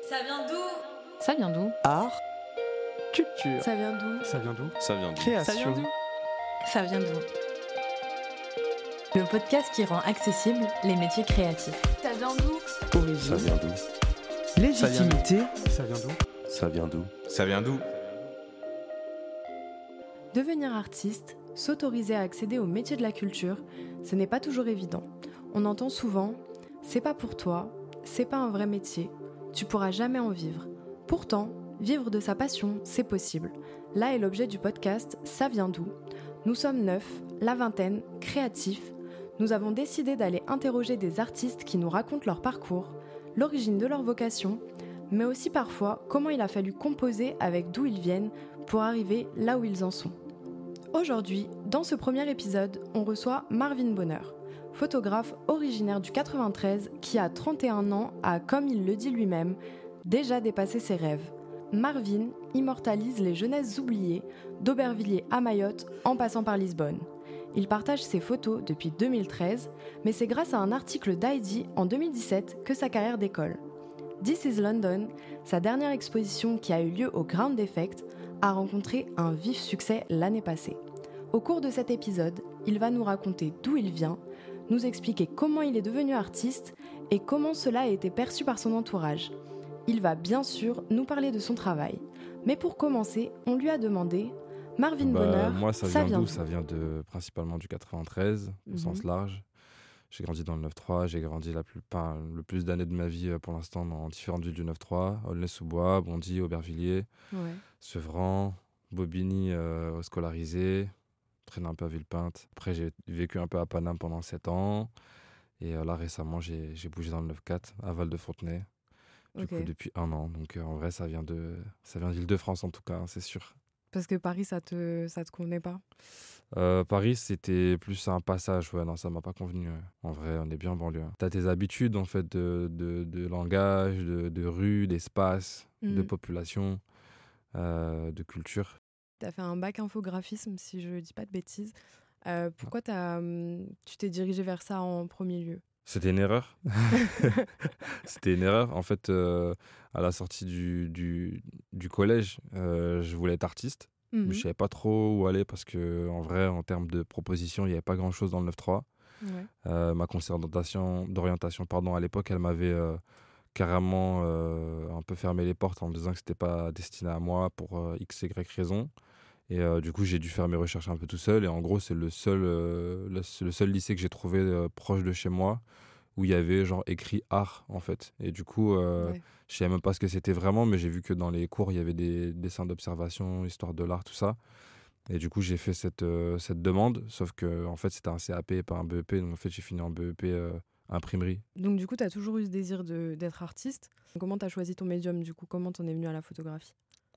Ça vient d'où? Ça vient d'où? Art, culture. Ça vient d'où? Ça vient d'où? Ça vient d'où? Création. Ça vient d'où? Le podcast qui rend accessible les métiers créatifs. Ça vient d'où? Ça Origine. vient d'où? Légitimité. Ça vient d'où? Ça vient d'où? Ça vient d'où? Devenir artiste, s'autoriser à accéder au métier de la culture, ce n'est pas toujours évident. On entend souvent « c'est pas pour toi, c'est pas un vrai métier, tu pourras jamais en vivre ». Pourtant, vivre de sa passion, c'est possible. Là est l'objet du podcast « Ça vient d'où ». Nous sommes 9, la vingtaine, créatifs. Nous avons décidé d'aller interroger des artistes qui nous racontent leur parcours, l'origine de leur vocation, mais aussi parfois comment il a fallu composer avec d'où ils viennent pour arriver là où ils en sont. Aujourd'hui, dans ce premier épisode, on reçoit Marvin Bonheur, photographe originaire du 93 qui à 31 ans a, comme il le dit lui-même, déjà dépassé ses rêves. Marvin immortalise les jeunesses oubliées, d'Aubervilliers à Mayotte en passant par Lisbonne. Il partage ses photos depuis 2013, mais c'est grâce à un article d'Heidi en 2017 que sa carrière décolle. This is London, sa dernière exposition qui a eu lieu au Ground Effect, a rencontré un vif succès l'année passée. Au cours de cet épisode, il va nous raconter d'où il vient, nous expliquer comment il est devenu artiste et comment cela a été perçu par son entourage. Il va bien sûr nous parler de son travail. Mais pour commencer, on lui a demandé « Marvin Bonheur, Moi, ça vient d'où ?» Ça vient principalement du 93, au sens large. J'ai grandi dans le 9-3, j'ai grandi le plus d'années de ma vie pour l'instant dans différentes villes du 9-3, Aulnay-sous-Bois, Bondy, Aubervilliers, Ouais. Sevran, Bobigny scolarisé, traîné un peu à Villepinte. Après, j'ai vécu un peu à Paname pendant 7 ans. Et là, récemment, j'ai bougé dans le 9-4, à Val-de-Fontenay, du Ok. coup, depuis 1 an. Donc, en vrai, ça vient d'Île-de-France, en tout cas, c'est sûr. Parce que Paris, ça te convenait pas? Paris, c'était plus un passage. Ouais, non, ça m'a pas convenu. En vrai, on est bien en banlieue. T'as tes habitudes, en fait, de langage, de rue, d'espace, de population, de culture. T'as fait un bac infographisme, si je dis pas de bêtises. Pourquoi tu t'es dirigé vers ça en premier lieu? C'était une erreur. C'était une erreur. En fait, à la sortie du collège, je voulais être artiste. Mais je savais pas trop où aller parce que, en vrai, en termes de propositions, il n'y avait pas grand-chose dans le 9-3. Ouais. Ma conseillère d'orientation, à l'époque, elle m'avait carrément un peu fermé les portes en me disant que c'était pas destiné à moi pour x, y raison. Et du coup, j'ai dû faire mes recherches un peu tout seul. Et en gros, c'est le seul lycée que j'ai trouvé proche de chez moi où il y avait genre écrit art, en fait. Et du coup, Ouais. je savais même pas ce que c'était vraiment, mais j'ai vu que dans les cours, il y avait des dessins d'observation, histoire de l'art, tout ça. Et du coup, j'ai fait cette demande, sauf que en fait, c'était un CAP et pas un BEP. Donc en fait, j'ai fini en BEP imprimerie. Donc du coup, t'as toujours eu ce désir d'être artiste. Comment t'as choisi ton médium du coup? Comment t'en es venu à la photographie?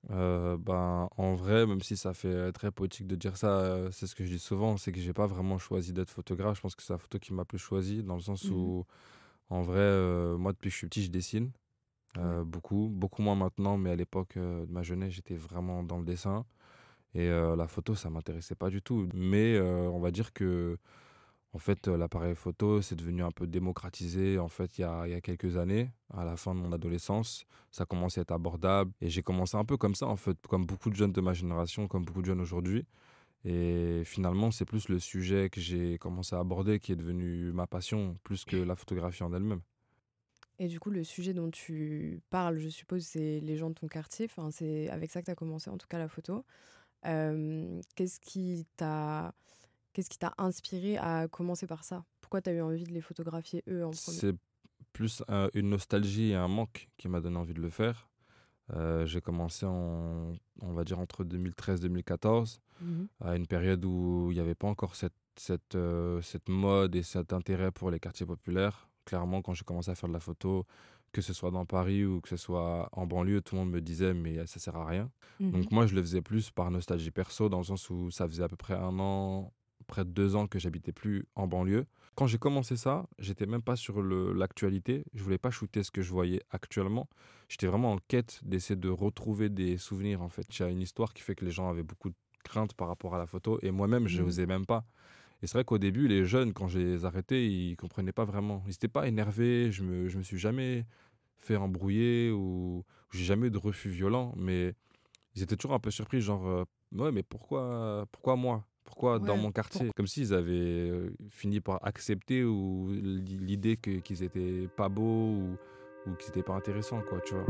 En vrai, même si ça fait très poétique de dire ça, c'est ce que je dis souvent, c'est que j'ai pas vraiment choisi d'être photographe. Je pense que c'est la photo qui m'a plus choisi, dans le sens où, en vrai, moi, depuis que je suis petit, je dessine. Beaucoup moins maintenant, mais à l'époque de ma jeunesse, j'étais vraiment dans le dessin. Et la photo, ça m'intéressait pas du tout. Mais on va dire que en fait, l'appareil photo, c'est devenu un peu démocratisé en fait, il y a quelques années, à la fin de mon adolescence. Ça commençait à être abordable. Et j'ai commencé un peu comme ça, en fait, comme beaucoup de jeunes de ma génération, comme beaucoup de jeunes aujourd'hui. Et finalement, c'est plus le sujet que j'ai commencé à aborder qui est devenu ma passion, plus que la photographie en elle-même. Et du coup, le sujet dont tu parles, je suppose, c'est les gens de ton quartier. Enfin, c'est avec ça que tu as commencé, en tout cas, la photo. Qu'est-ce qui t'a inspiré à commencer par ça? Pourquoi tu as eu envie de les photographier eux en premier? C'est plus une nostalgie et un manque qui m'a donné envie de le faire. J'ai commencé on va dire, entre 2013-2014, à une période où il n'y avait pas encore cette mode et cet intérêt pour les quartiers populaires. Clairement, quand j'ai commencé à faire de la photo, que ce soit dans Paris ou que ce soit en banlieue, tout le monde me disait « mais ça sert à rien ». Donc moi, je le faisais plus par nostalgie perso, dans le sens où ça faisait à peu près 1 an, près de 2 ans que j'habitais plus en banlieue. Quand j'ai commencé ça, j'étais même pas sur l'actualité. Je voulais pas shooter ce que je voyais actuellement. J'étais vraiment en quête d'essayer de retrouver des souvenirs, en fait. Il y a une histoire qui fait que les gens avaient beaucoup de crainte par rapport à la photo. Et moi-même, je n'osais même pas. Et c'est vrai qu'au début, les jeunes, quand je les arrêtais, ils comprenaient pas vraiment. Ils n'étaient pas énervés. Je me suis jamais fait embrouiller ou j'ai jamais eu de refus violent, mais ils étaient toujours un peu surpris, genre ouais, mais pourquoi moi? Pourquoi dans Ouais, mon quartier? Comme s'ils avaient fini par accepter ou l'idée qu'ils étaient pas beaux ou qu'ils étaient pas intéressants, quoi, tu vois.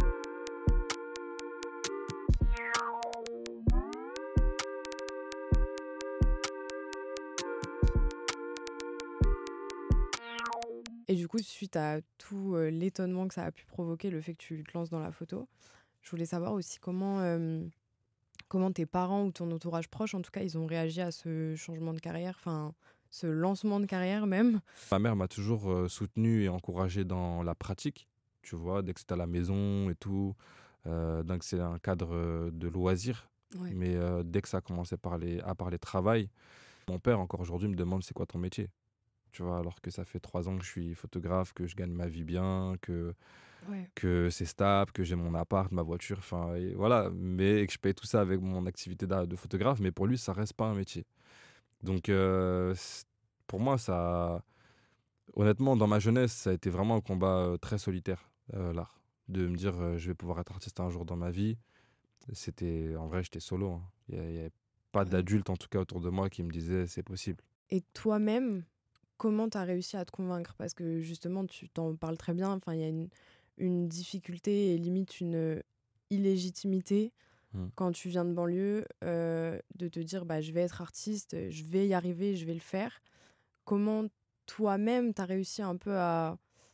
Et du coup, suite à tout l'étonnement que ça a pu provoquer, le fait que tu te lances dans la photo, je voulais savoir aussi comment tes parents ou ton entourage proche, en tout cas, ils ont réagi à ce changement de carrière, enfin, ce lancement de carrière même. Ma mère m'a toujours soutenu et encouragé dans la pratique, tu vois, dès que c'était à la maison et tout. Donc c'est un cadre de loisir. Ouais. Mais dès que ça a commencé à parler travail, mon père, encore aujourd'hui, me demande c'est quoi ton métier? Tu vois, alors que ça fait 3 ans que je suis photographe, que je gagne ma vie bien, Ouais. que c'est stable, que j'ai mon appart, ma voiture, enfin et voilà. Mais que je paye tout ça avec mon activité de photographe, mais pour lui, ça reste pas un métier. Donc pour moi, ça. Honnêtement, dans ma jeunesse, ça a été vraiment un combat très solitaire, l'art. De me dire, je vais pouvoir être artiste un jour dans ma vie. En vrai, j'étais solo, hein. Il y avait pas Ouais. d'adulte, en tout cas, autour de moi qui me disait, c'est possible. Et toi-même, comment tu as réussi à te convaincre? Parce que justement, tu t'en parles très bien. Enfin, il y a une difficulté et limite une illégitimité Mm. quand tu viens de banlieue de te dire bah, je vais être artiste, je vais y arriver, je vais le faire. Comment toi-même, tu as réussi un peu à,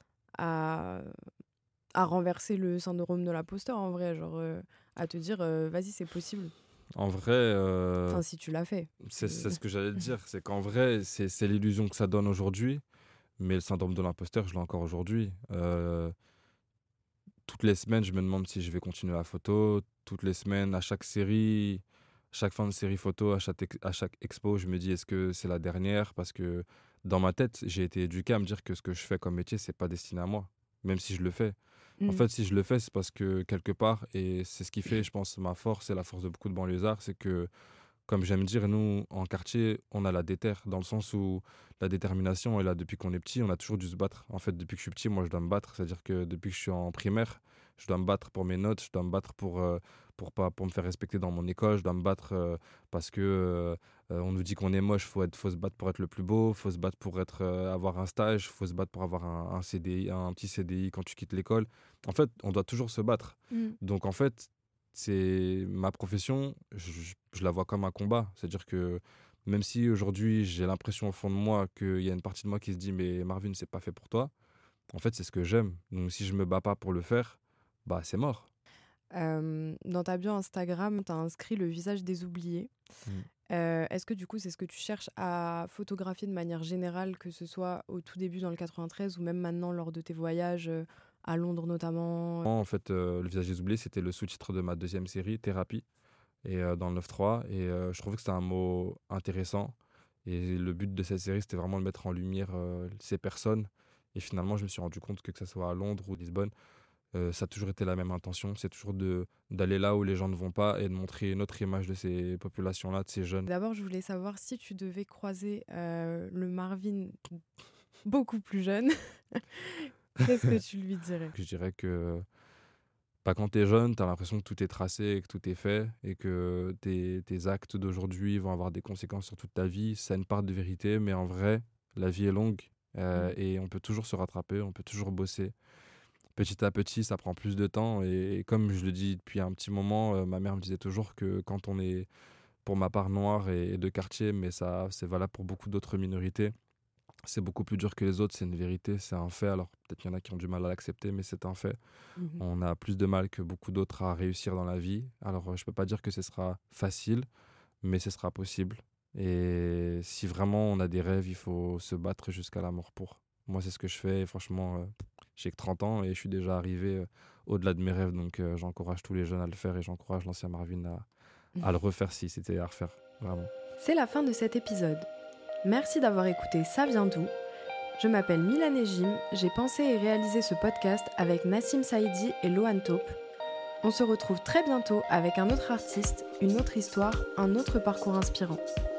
à renverser le syndrome de l'imposteur en vrai, genre à te dire vas-y, c'est possible. En vrai, Enfin, si tu l'as fait. c'est ce que j'allais te dire. C'est qu'en vrai, c'est l'illusion que ça donne aujourd'hui. Mais le syndrome de l'imposteur, je l'ai encore aujourd'hui. Toutes les semaines, je me demande si je vais continuer la photo. Toutes les semaines, à chaque série, chaque fin de série photo, à chaque expo, je me dis est-ce que c'est la dernière? Parce que dans ma tête, j'ai été éduqué à me dire que ce que je fais comme métier, c'est pas destiné à moi, même si je le fais. En fait, si je le fais, c'est parce que quelque part, et c'est ce qui fait, je pense, ma force et la force de beaucoup de banlieusards, c'est que comme j'aime dire, nous, en quartier, on a la déterre, dans le sens où la détermination est là depuis qu'on est petit, on a toujours dû se battre. En fait, depuis que je suis petit, moi, je dois me battre. C'est-à-dire que depuis que je suis en primaire, je dois me battre pour mes notes, je dois me battre pour me faire respecter dans mon école, je dois me battre parce que on nous dit qu'on est moche, faut se battre pour être le plus beau, faut se battre pour avoir un stage, faut se battre pour avoir un CDI, un petit CDI quand tu quittes l'école. En fait, on doit toujours se battre. Donc, en fait, c'est ma profession, je la vois comme un combat. C'est-à-dire que même si aujourd'hui j'ai l'impression au fond de moi qu'il y a une partie de moi qui se dit mais Marvin, c'est pas fait pour toi, en fait c'est ce que j'aime. Donc si je me bats pas pour le faire, bah c'est mort. Dans ta bio Instagram, tu as inscrit le visage des oubliés. Est-ce que du coup, c'est ce que tu cherches à photographier de manière générale, que ce soit au tout début dans le 93 ou même maintenant lors de tes voyages à Londres notamment? En fait, le visage des oubliés, c'était le sous-titre de ma deuxième série, Thérapie, et dans le 9-3. Et je trouvais que c'était un mot intéressant. Et le but de cette série, c'était vraiment de mettre en lumière ces personnes. Et finalement, je me suis rendu compte que ce soit à Londres ou Lisbonne, ça a toujours été la même intention. C'est toujours d'aller là où les gens ne vont pas et de montrer une autre image de ces populations-là, de ces jeunes. D'abord, je voulais savoir si tu devais croiser le Marvin beaucoup plus jeune, qu'est-ce que tu lui dirais? Je dirais que quand tu es jeune, tu as l'impression que tout est tracé et que tout est fait et que tes actes d'aujourd'hui vont avoir des conséquences sur toute ta vie. Ça a une part de vérité, mais en vrai, la vie est longue et on peut toujours se rattraper, on peut toujours bosser. Petit à petit, ça prend plus de temps et comme je le dis depuis un petit moment, ma mère me disait toujours que quand on est, pour ma part, noir et de quartier, mais ça c'est valable pour beaucoup d'autres minorités, c'est beaucoup plus dur que les autres, c'est une vérité, c'est un fait. Alors peut-être qu'il y en a qui ont du mal à l'accepter, mais c'est un fait. On a plus de mal que beaucoup d'autres à réussir dans la vie. Alors je peux pas dire que ce sera facile, mais ce sera possible. Et si vraiment on a des rêves, il faut se battre jusqu'à la mort pour. Moi, c'est ce que je fais. Et franchement, j'ai que 30 ans et je suis déjà arrivé au-delà de mes rêves. Donc j'encourage tous les jeunes à le faire et j'encourage l'ancien Marvin à le refaire si c'était à refaire. Vraiment. C'est la fin de cet épisode. Merci d'avoir écouté Ça vient d'où? Je m'appelle Milane Jim, j'ai pensé et réalisé ce podcast avec Nassim Saïdi et Lohan Taupe. On se retrouve très bientôt avec un autre artiste, une autre histoire, un autre parcours inspirant.